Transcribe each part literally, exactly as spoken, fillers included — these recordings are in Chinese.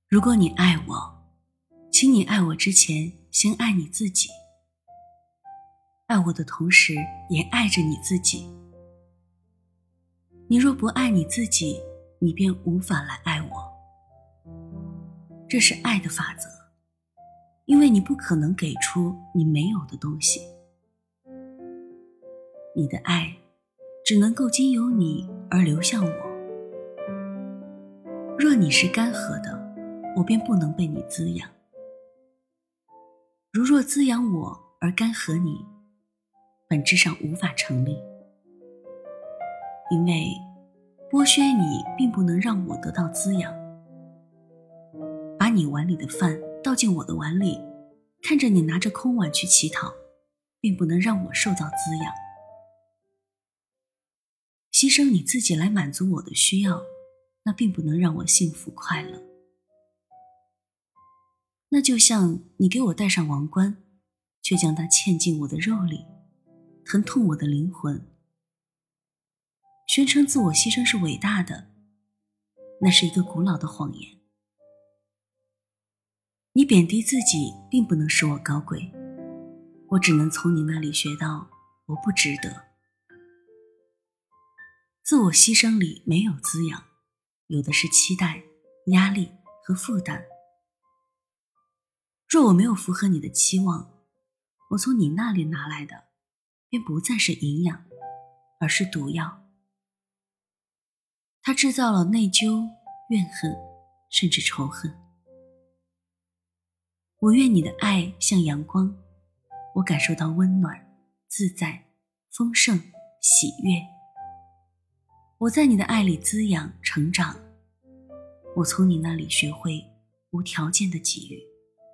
如果你爱我，请你爱我之前先爱你自己，爱我的同时也爱着你自己。你若不爱你自己，你便无法来爱我。这是爱的法则，因为你不可能给出你没有的东西。你的爱只能够经由你而流向我。若你是干涸的，我便不能被你滋养。如若滋养我而干涸你，本质上无法成立。因为剥削你并不能让我得到滋养。把你碗里的饭倒进我的碗里，看着你拿着空碗去乞讨，并不能让我受到滋养。牺牲你自己来满足我的需要，那并不能让我幸福快乐。那就像你给我戴上王冠，却将它嵌进我的肉里，疼痛我的灵魂。宣称自我牺牲是伟大的，那是一个古老的谎言。你贬低自己并不能使我高贵，我只能从你那里学到我不值得。自我牺牲里没有滋养，有的是期待、压力和负担。若我没有符合你的期望，我从你那里拿来的便不再是营养，而是毒药。它制造了内疚、怨恨，甚至仇恨。我愿你的爱像阳光，我感受到温暖、自在、丰盛、喜悦。我在你的爱里滋养、成长，我从你那里学会无条件的给予。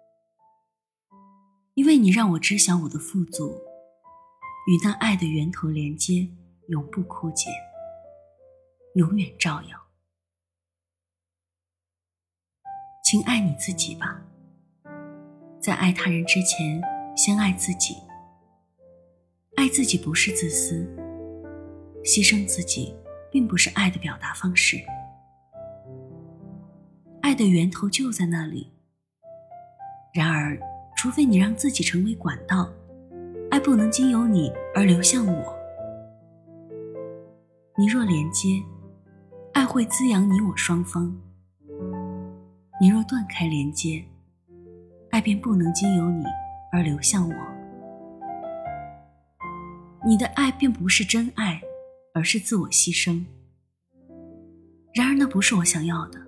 因为你让我知晓我的富足，与那爱的源头连接，永不枯竭，永远照耀。请爱你自己吧，在爱他人之前，先爱自己。爱自己不是自私，牺牲自己并不是爱的表达方式。爱的源头就在那里。然而，除非你让自己成为管道，爱不能经由你而流向我。你若连接，爱会滋养你我双方。你若断开连接，爱便不能经由你而流向我。你的爱便不是真爱，而是自我牺牲。然而那不是我想要的。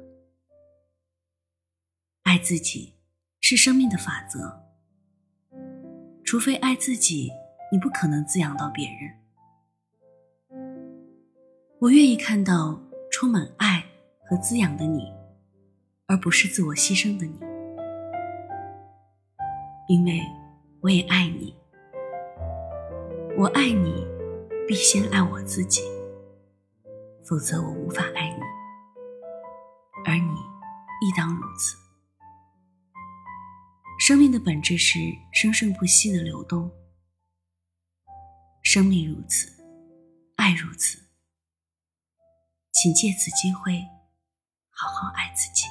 爱自己是生命的法则。除非爱自己，你不可能滋养到别人。我愿意看到充满爱和滋养的你，而不是自我牺牲的你。因为我也爱你。我爱你，必先爱我自己，否则我无法爱你，而你亦当如此。生命的本质是生生不息的流动。生命如此，爱如此，请借此机会好好爱自己。